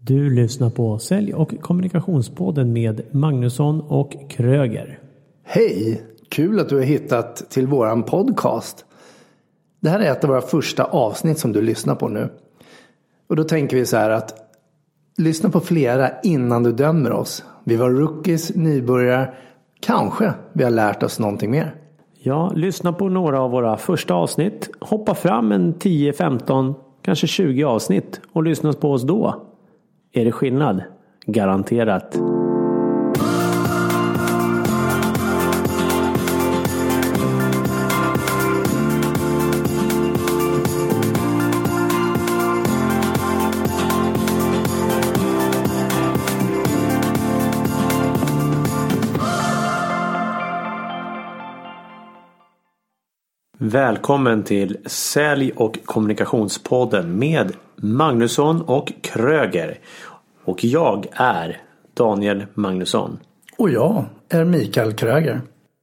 Du lyssnar på Sälj- och kommunikationspodden med Magnusson och Kröger. Hej! Kul att du har hittat till våran podcast. Det här är ett av våra första avsnitt som du lyssnar på nu. Och då tänker vi så här att lyssna på flera innan du dömer oss. Vi var rookies, nybörjare. Kanske vi har lärt oss någonting mer. Ja, lyssna på några av våra första avsnitt. Hoppa fram en 10, 15, kanske 20 avsnitt och lyssna på oss då. Är det skillnad? Garanterat. Välkommen till Sälj- och kommunikationspodden med Magnusson och Kröger. Och jag är Daniel Magnusson. Och jag är Mikael Kröger.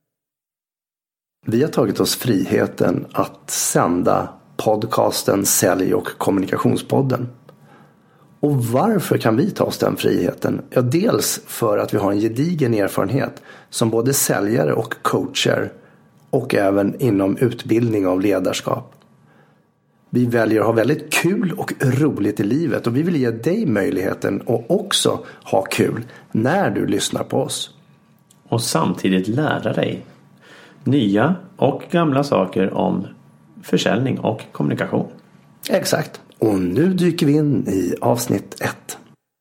Vi har tagit oss friheten att sända podcasten Sälj- och kommunikationspodden. Och varför kan vi ta oss den friheten? Ja, dels för att vi har en gedigen erfarenhet som både säljare och coacher och även inom utbildning av ledarskap. Vi väljer att ha väldigt kul och roligt i livet och vi vill ge dig möjligheten att också ha kul när du lyssnar på oss. Och samtidigt lära dig nya och gamla saker om försäljning och kommunikation. Exakt. Och nu dyker vi in i avsnitt 1.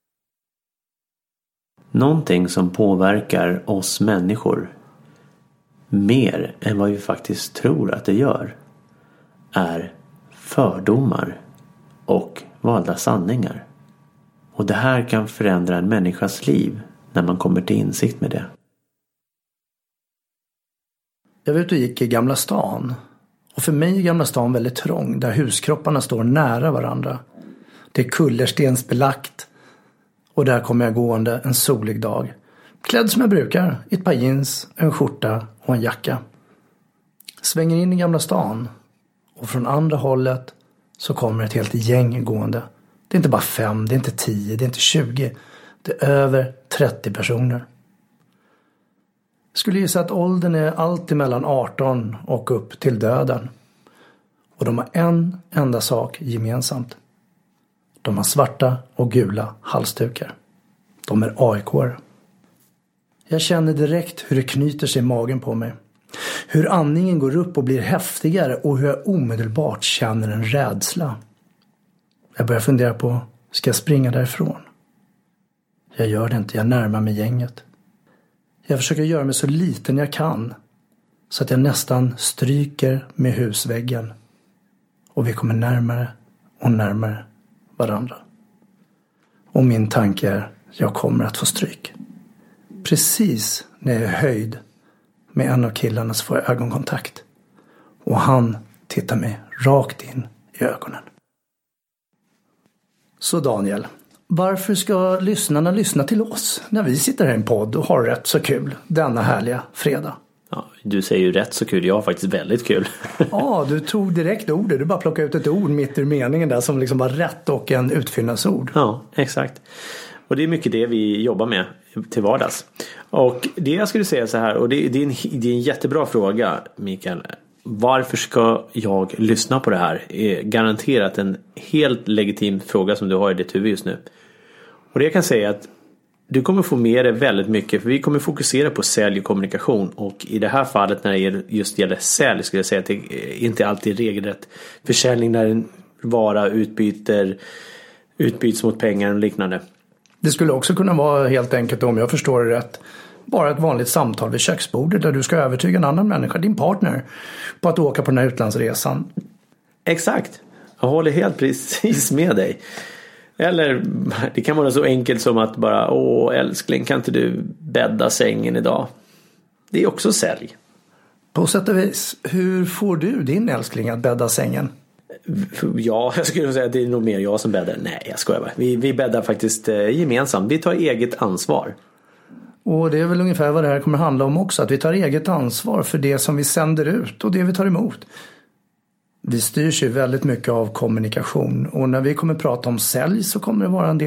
Någonting som påverkar oss människor mer än vad vi faktiskt tror att det gör är fördomar och valda sanningar. Och det här kan förändra en människas liv när man kommer till insikt med det. Jag var ute och gick i Gamla stan. Och för mig är Gamla stan väldigt trång där huskropparna står nära varandra. Det är kullerstensbelagt och där kommer jag gående en solig dag. Klädd som jag brukar, i ett par jeans, en skjorta och en jacka. Svänger in i Gamla stan och från andra hållet så kommer ett helt gäng gående. Det är inte bara 5, det är inte 10, det är inte 20. Det är över 30 personer. Jag skulle gissa att åldern är allt mellan 18 och upp till döden. Och de har en enda sak gemensamt. De har svarta och gula halsdukar. De är AIK-are. Jag känner direkt hur det knyter sig i magen på mig. Hur andningen går upp och blir häftigare och hur jag omedelbart känner en rädsla. Jag börjar fundera på, ska jag springa därifrån? Jag gör det inte, jag närmar mig gänget. Jag försöker göra mig så liten jag kan så att jag nästan stryker med husväggen. Och vi kommer närmare och närmare varandra. Och min tanke är, jag kommer att få stryk. Precis när jag är höjd med en av killarna så får jag ögonkontakt. Och han tittar mig rakt in i ögonen. Så Daniel, varför ska lyssnarna lyssna till oss när vi sitter här i en podd och har rätt så kul denna härliga fredag? Ja, du säger ju rätt så kul, jag har faktiskt väldigt kul. Ja, du tog direkt ordet, du bara plockade ut ett ord mitt ur meningen där som liksom var rätt och en utfyllnadsord. Ja, exakt. Och det är mycket det vi jobbar med till vardags. Och det jag skulle säga så här, och det är en jättebra fråga, Mikael. Varför ska jag lyssna på det här? Är garanterat en helt legitim fråga som du har i ditt huvud just nu. Och det jag kan säga är att du kommer få med dig väldigt mycket, för vi kommer fokusera på sälj och kommunikation. Och i det här fallet när det just gäller sälj skulle jag säga att det inte alltid är regelrätt försäljning när en vara utbyts mot pengar och liknande. Det skulle också kunna vara helt enkelt, om jag förstår det rätt, bara ett vanligt samtal vid köksbordet där du ska övertyga en annan människa, din partner, på att åka på den här utlandsresan. Exakt. Jag håller helt precis med dig. Eller det kan vara så enkelt som att bara, älskling, kan inte du bädda sängen idag? Det är också sälj. På sätt och vis, hur får du din älskling att bädda sängen? Ja, jag skulle säga att det är nog mer jag som bäddar. Nej, jag skojar bara. Vi bäddar faktiskt gemensamt. Vi tar eget ansvar. Och det är väl ungefär vad det här kommer handla om också. Att vi tar eget ansvar för det som vi sänder ut och det vi tar emot. Vi styrs ju väldigt mycket av kommunikation. Och när vi kommer prata om sälj så kommer det vara en del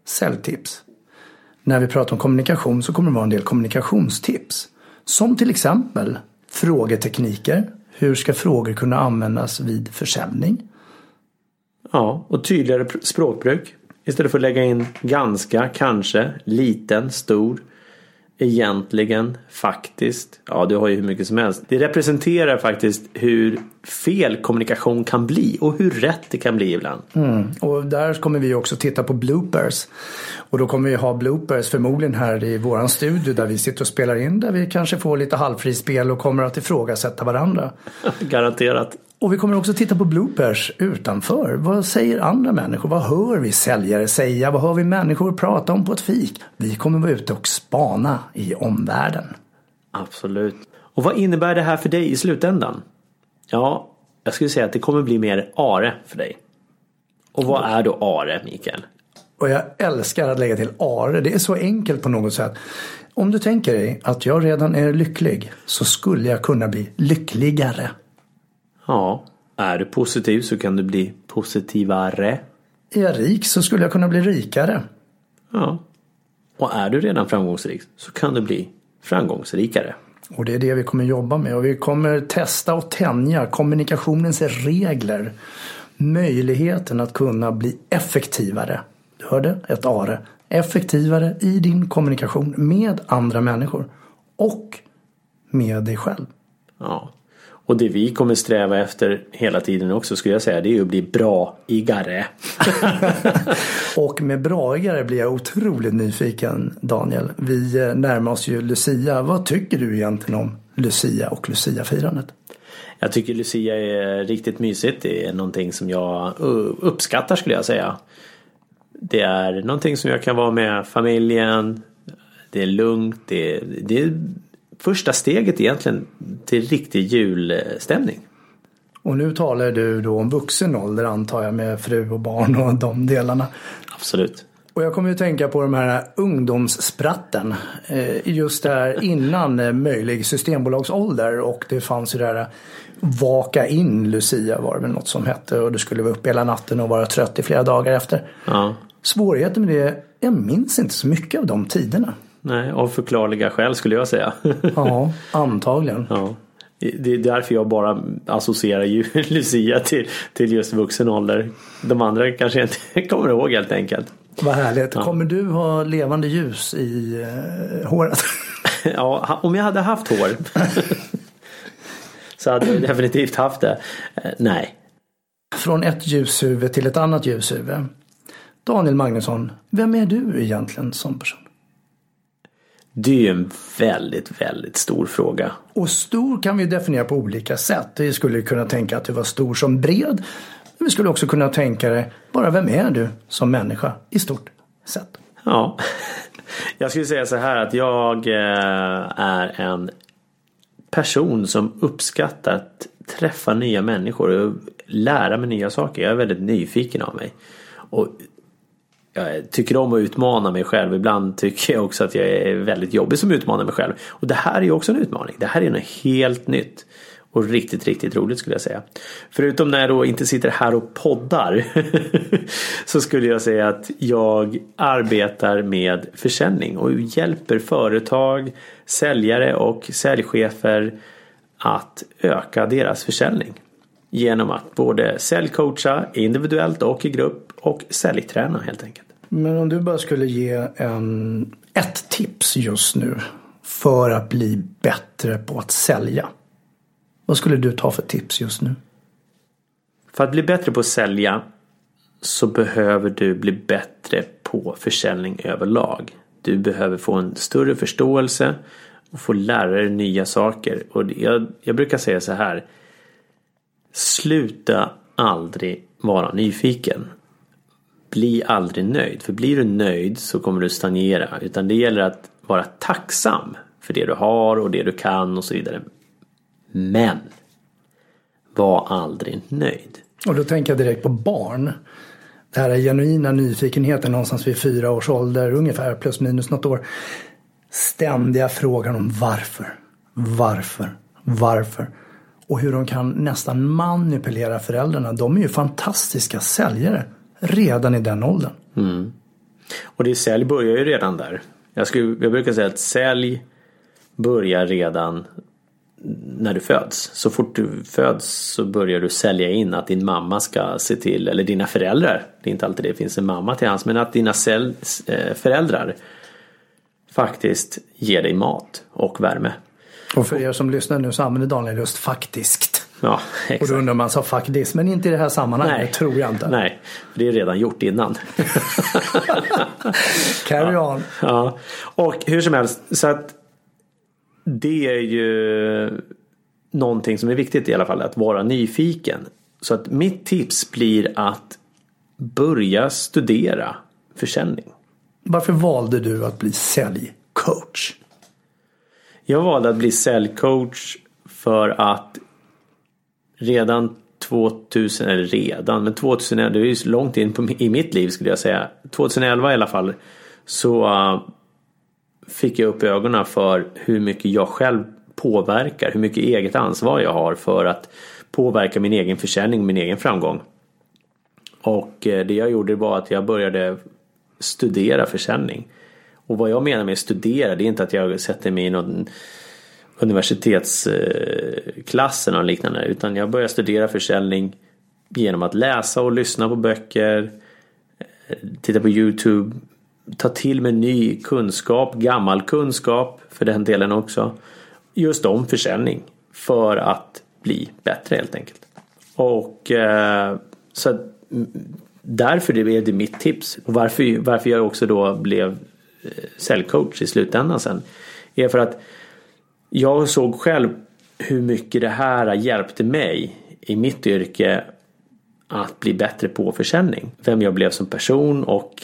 säljtips. När vi pratar om kommunikation så kommer det vara en del kommunikationstips. Som till exempel frågetekniker. Hur ska frågor kunna användas vid försäljning? Ja, och tydligare språkbruk. Istället för att lägga in ganska, kanske, liten, stor, egentligen, faktiskt. Ja, du har ju hur mycket som helst. Det representerar faktiskt hur fel kommunikation kan bli och hur rätt det kan bli ibland. Och där kommer vi också titta på bloopers. Och då kommer vi ha bloopers förmodligen här i våran studio där vi sitter och spelar in. Där vi kanske får lite halvfri spel och kommer att ifrågasätta varandra. Garanterat. Och vi kommer också titta på bloopers utanför. Vad säger andra människor? Vad hör vi säljare säga? Vad hör vi människor prata om på ett fik? Vi kommer vara ute och spana i omvärlden. Absolut. Och vad innebär det här för dig i slutändan? Ja, jag skulle säga att det kommer bli mer are för dig. Och vad är då are, Mikael? Och jag älskar att lägga till are. Det är så enkelt på något sätt. Om du tänker dig att jag redan är lycklig så skulle jag kunna bli lyckligare. Ja, är du positiv så kan du bli positivare. Är jag rik så skulle jag kunna bli rikare. Ja, och är du redan framgångsrik så kan du bli framgångsrikare. Och det är det vi kommer jobba med. Och vi kommer testa och tänja kommunikationens regler. Möjligheten att kunna bli effektivare. Du hörde ett are. Effektivare i din kommunikation med andra människor. Och med dig själv. Ja. Och det vi kommer sträva efter hela tiden också skulle jag säga, det är ju att bli bra-igare. Och med bra-igare blir jag otroligt nyfiken, Daniel. Vi närmar oss ju Lucia. Vad tycker du egentligen om Lucia och Lucia-firandet? Jag tycker Lucia är riktigt mysigt. Det är någonting som jag uppskattar skulle jag säga. Det är någonting som jag kan vara med familjen. Det är lugnt. Det är första steget egentligen till riktig julstämning. Och nu talar du då om vuxen ålder antar jag med fru och barn och de delarna. Absolut. Och jag kommer ju tänka på de här ungdomsspratten. Just där innan möjlig systembolagsålder. Och det fanns ju där vaka in Lucia var det väl något som hette. Och du skulle vara uppe hela natten och vara trött i flera dagar efter. Ja. Svårigheten med det, jag minns inte så mycket av de tiderna. Nej, av förklarliga skäl skulle jag säga. Ja, antagligen. Ja. Det är därför jag bara associerar Lucia till just vuxen ålder. De andra kanske inte kommer ihåg helt enkelt. Vad härligt. Ja. Kommer du ha levande ljus i håret? Ja, om jag hade haft hår så hade jag definitivt haft det. Nej. Från ett ljushuvud till ett annat ljushuvud. Daniel Magnusson, vem är du egentligen som person? Det är en väldigt, väldigt stor fråga. Och stor kan vi definiera på olika sätt. Vi skulle kunna tänka att du var stor som bred. Men vi skulle också kunna tänka dig, bara vem är du som människa i stort sett? Ja, jag skulle säga så här att jag är en person som uppskattar att träffa nya människor och lära mig nya saker. Jag är väldigt nyfiken av mig. Och jag tycker om att utmana mig själv. Ibland tycker jag också att jag är väldigt jobbig som utmanar mig själv. Och det här är ju också en utmaning. Det här är något helt nytt. Och riktigt, riktigt roligt skulle jag säga. Förutom när jag då inte sitter här och poddar. Så skulle jag säga att jag arbetar med försäljning. Och hjälper företag, säljare och säljchefer att öka deras försäljning. Genom att både säljcoacha individuellt och i grupp och säljträna helt enkelt. Men om du bara skulle ge ett tips just nu för att bli bättre på att sälja. Vad skulle du ta för tips just nu? För att bli bättre på att sälja så behöver du bli bättre på försäljning överlag. Du behöver få en större förståelse och få lära dig nya saker. Och jag brukar säga så här. Sluta aldrig vara nyfiken. Bli aldrig nöjd. För blir du nöjd så kommer du stagnera. Utan det gäller att vara tacksam för det du har och det du kan och så vidare. Men var aldrig nöjd. Och då tänker jag direkt på barn. Det här är genuina nyfikenheten någonstans vid 4 års ålder. Ungefär plus minus något år. Ständiga frågan om varför. Och hur de kan nästan manipulera föräldrarna. De är ju fantastiska säljare redan i den åldern. Mm. Och det sälj börjar ju redan där. Jag brukar säga att sälj börjar redan när du föds. Så fort du föds så börjar du sälja in att din mamma ska se till, eller dina föräldrar, det är inte alltid det finns en mamma till hans, men att dina föräldrar faktiskt ger dig mat och värme. Och för er som lyssnar nu så använder Daniel just faktiskt. Ja, exakt. Och då undrar man så faktiskt, men inte i det här sammanhanget, tror jag inte. Nej, det är redan gjort innan. Carry on. Ja, och hur som helst, så att det är ju någonting som är viktigt i alla fall, att vara nyfiken. Så att mitt tips blir att börja studera försäljning. Varför valde du att bli säljcoach? Jag valde att bli säljcoach för att redan 2000, eller redan, men 2011, det är ju så långt in i mitt liv skulle jag säga. 2011 i alla fall, så fick jag upp ögonen för hur mycket jag själv påverkar, hur mycket eget ansvar jag har för att påverka min egen försäljning, min egen framgång. Och det jag gjorde var att jag började studera försäljning. Och vad jag menar med studera, det är inte att jag sätter mig i någon universitetsklass eller liknande, utan jag började studera försäljning genom att läsa och lyssna på böcker, titta på YouTube, ta till mig ny kunskap, gammal kunskap för den delen också, just om försäljning, för att bli bättre helt enkelt. Och så därför är det mitt tips. Och varför jag också då blev säljcoach i slutändan sen, är för att jag såg själv hur mycket det här hjälpte mig i mitt yrke att bli bättre på försäljning. Vem jag blev som person, och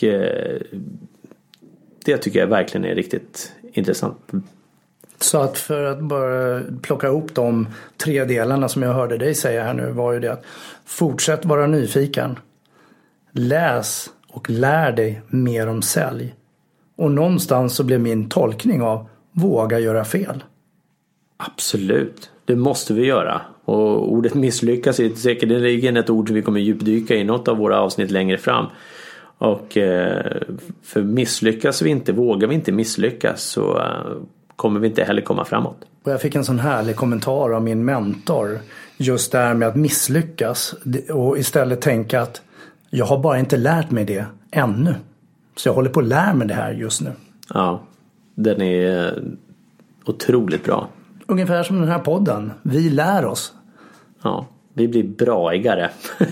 det tycker jag verkligen är riktigt intressant. Så att för att bara plocka ihop de 3 delarna som jag hörde dig säga här nu, var ju det att fortsätt vara nyfiken. Läs och lär dig mer om sälj. Och någonstans så blev min tolkning av våga göra fel. Absolut, det måste vi göra. Och ordet misslyckas är säkerligen ett ord som vi kommer djupdyka i något av våra avsnitt längre fram. Och för misslyckas vi inte, vågar vi inte misslyckas, så kommer vi inte heller komma framåt. Och jag fick en sån härlig kommentar av min mentor, just där med att misslyckas och istället tänka att jag har bara inte lärt mig det ännu. Så jag håller på att lära mig det här just nu. Ja, den är otroligt bra. Ungefär som den här podden. Vi lär oss. Ja, vi blir braigare.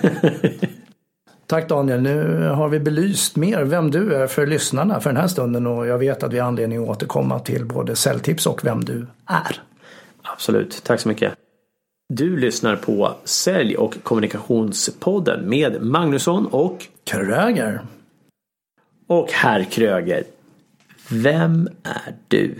Tack Daniel. Nu har vi belyst mer vem du är för lyssnarna för den här stunden. Och jag vet att vi har anledning att återkomma till både säljtips och vem du är. Absolut. Tack så mycket. Du lyssnar på Sälj- och kommunikationspodden med Magnusson och Kröger. Och herr Kröger, vem är du?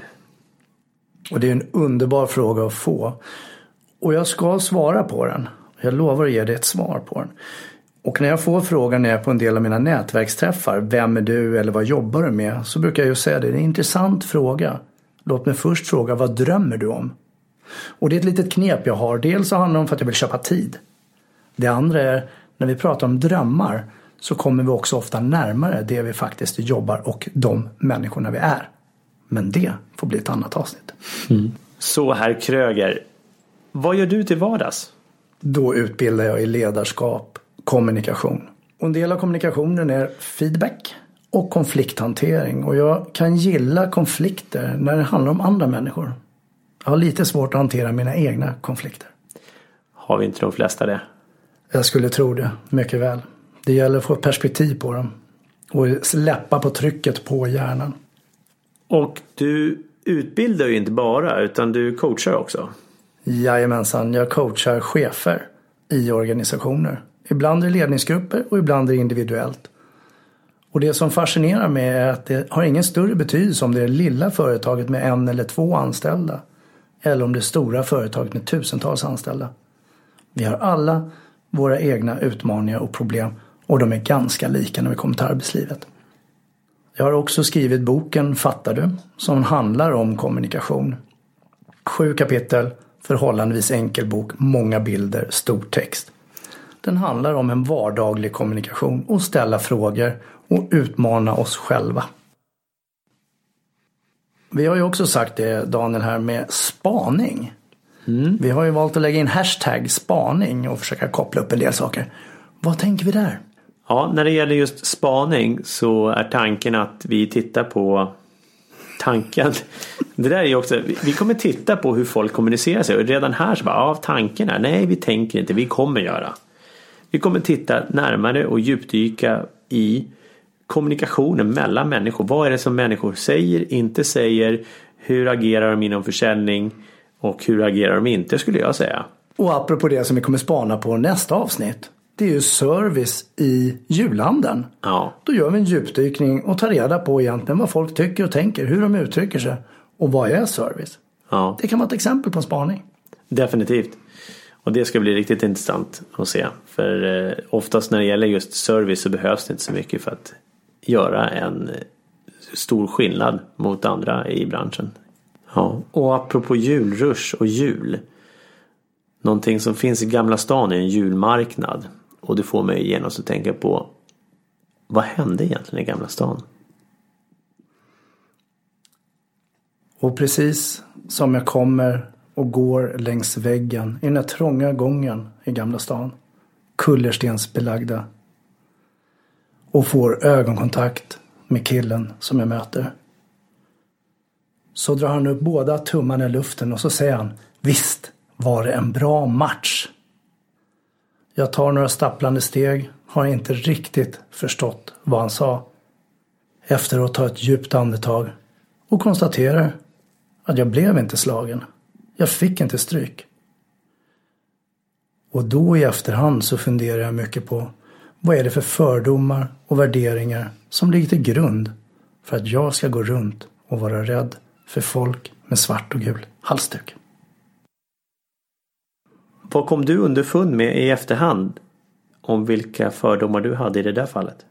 Och det är en underbar fråga att få. Och jag ska svara på den. Jag lovar att ge dig ett svar på den. Och när jag får frågan när jag är på en del av mina nätverksträffar, vem är du eller vad jobbar du med? Så brukar jag ju säga det är en intressant fråga. Låt mig först fråga, vad drömmer du om? Och det är ett litet knep jag har. Dels så handlar det om för att jag vill köpa tid. Det andra är, när vi pratar om drömmar så kommer vi också ofta närmare det vi faktiskt jobbar och de människorna vi är. Men det får bli ett annat avsnitt. Så herr Kröger, vad gör du till vardags? Då utbildar jag i ledarskap, kommunikation. Och en del av kommunikationen är feedback och konflikthantering. Och jag kan gilla konflikter när det handlar om andra människor. Jag har lite svårt att hantera mina egna konflikter. Har vi inte de flesta det? Jag skulle tro det, mycket väl. Det gäller att få perspektiv på dem. Och släppa på trycket på hjärnan. Och du utbildar ju inte bara, utan du coachar också. Jajamensan, jag coachar chefer i organisationer. Ibland i ledningsgrupper och ibland är individuellt. Och det som fascinerar mig är att det har ingen större betydelse om det är det lilla företaget med 1 eller 2 anställda. Eller om det är stora företaget med tusentals anställda. Vi har alla våra egna utmaningar och problem. Och de är ganska lika när vi kommer till arbetslivet. Jag har också skrivit boken Fattar du? Som handlar om kommunikation. 7 kapitel, förhållandevis enkel bok, många bilder, stor text. Den handlar om en vardaglig kommunikation och ställa frågor och utmana oss själva. Vi har ju också sagt det, Daniel, här med spaning. Vi har ju valt att lägga in hashtag spaning och försöka koppla upp en del saker. Vad tänker vi där? Ja, när det gäller just spaning så är tanken att vi tittar på tanken. Det där är ju också, vi kommer titta på hur folk kommunicerar sig. Och redan här så bara, tanken är, nej vi tänker inte, vi kommer göra. Vi kommer titta närmare och djupdyka i kommunikationen mellan människor. Vad är det som människor säger, inte säger? Hur agerar de inom försäljning? Och hur agerar de inte, skulle jag säga. Och apropå det som vi kommer spana på nästa avsnitt. Det är ju service i julhandeln. Ja. Då gör vi en djupdykning och tar reda på egentligen vad folk tycker och tänker. Hur de uttrycker sig. Och vad är service? Ja. Det kan vara ett exempel på en spaning. Definitivt. Och det ska bli riktigt intressant att se. För oftast när det gäller just service så behövs det inte så mycket för att göra en stor skillnad mot andra i branschen. Ja. Och apropå julrush och jul. Någonting som finns i Gamla stan är en julmarknad. Och det får mig genast att tänka på, vad hände egentligen i Gamla stan? Och precis som jag kommer och går längs väggen i den här trånga gången i Gamla stan, kullerstensbelagda, och får ögonkontakt med killen som jag möter, så drar han upp båda tummarna i luften och så säger han: visst var det en bra match. Jag tar några stapplande steg, har inte riktigt förstått vad han sa. Efteråt tar ett djupt andetag och konstaterar att jag blev inte slagen. Jag fick inte stryk. Och då i efterhand så funderar jag mycket på, vad är det för fördomar och värderingar som ligger till grund för att jag ska gå runt och vara rädd för folk med svart och gul halsduk. Vad kom du underfund med i efterhand om vilka fördomar du hade i det där fallet?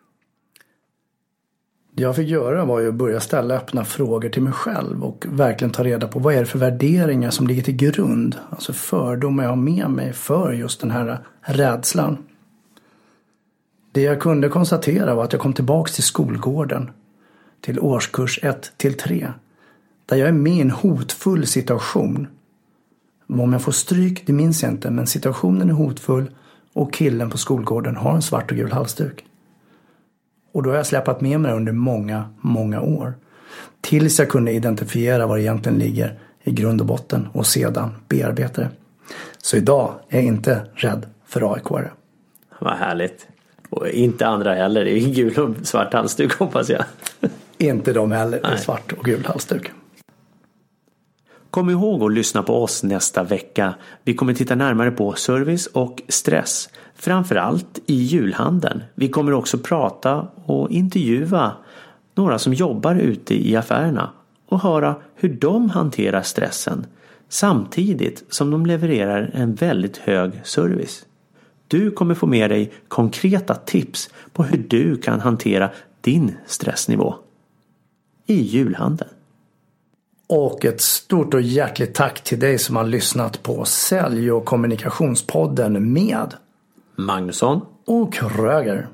Det jag fick göra var ju att börja ställa öppna frågor till mig själv och verkligen ta reda på vad är det för värderingar som ligger till grund. Alltså fördomar jag har med mig för just den här rädslan. Det jag kunde konstatera var att jag kom tillbaka till skolgården, till årskurs 1-3, där jag är med i en hotfull situation. Om jag får stryk, det minns jag inte, men situationen är hotfull och killen på skolgården har en svart och gul halsduk. Och då har jag släpat med mig under många, många år. Tills jag kunde identifiera vad det egentligen ligger i grund och botten och sedan bearbeta det. Så idag är jag inte rädd för AIK-are. Vad härligt. Och inte andra heller. Det är gul och svart halsduk, hoppas jag. Inte de heller i svart och gul halsduk. Kom ihåg att lyssna på oss nästa vecka. Vi kommer titta närmare på service och stress. Framförallt i julhandeln. Vi kommer också prata och intervjua några som jobbar ute i affärerna och höra hur de hanterar stressen samtidigt som de levererar en väldigt hög service. Du kommer få med dig konkreta tips på hur du kan hantera din stressnivå i julhandeln. Och ett stort och hjärtligt tack till dig som har lyssnat på Sälj- och kommunikationspodden med Magnusson och Kröger.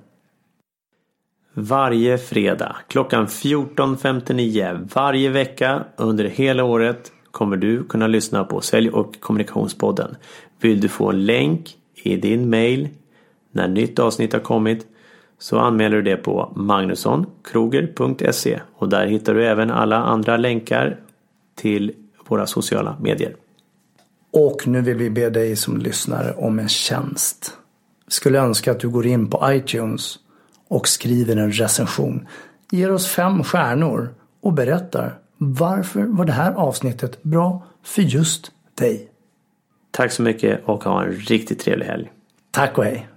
Varje fredag klockan 14.59 varje vecka under hela året kommer du kunna lyssna på Sälj- och kommunikationspodden. Vill du få en länk i din mail när nytt avsnitt har kommit, så anmäler du det på magnussonkroger.se och där hittar du även alla andra länkar till våra sociala medier. Och nu vill vi be dig som lyssnare om en tjänst. Skulle önska att du går in på iTunes och skriver en recension. Ger oss 5 stjärnor och berättar varför var det här avsnittet bra för just dig. Tack så mycket och ha en riktigt trevlig helg. Tack och hej.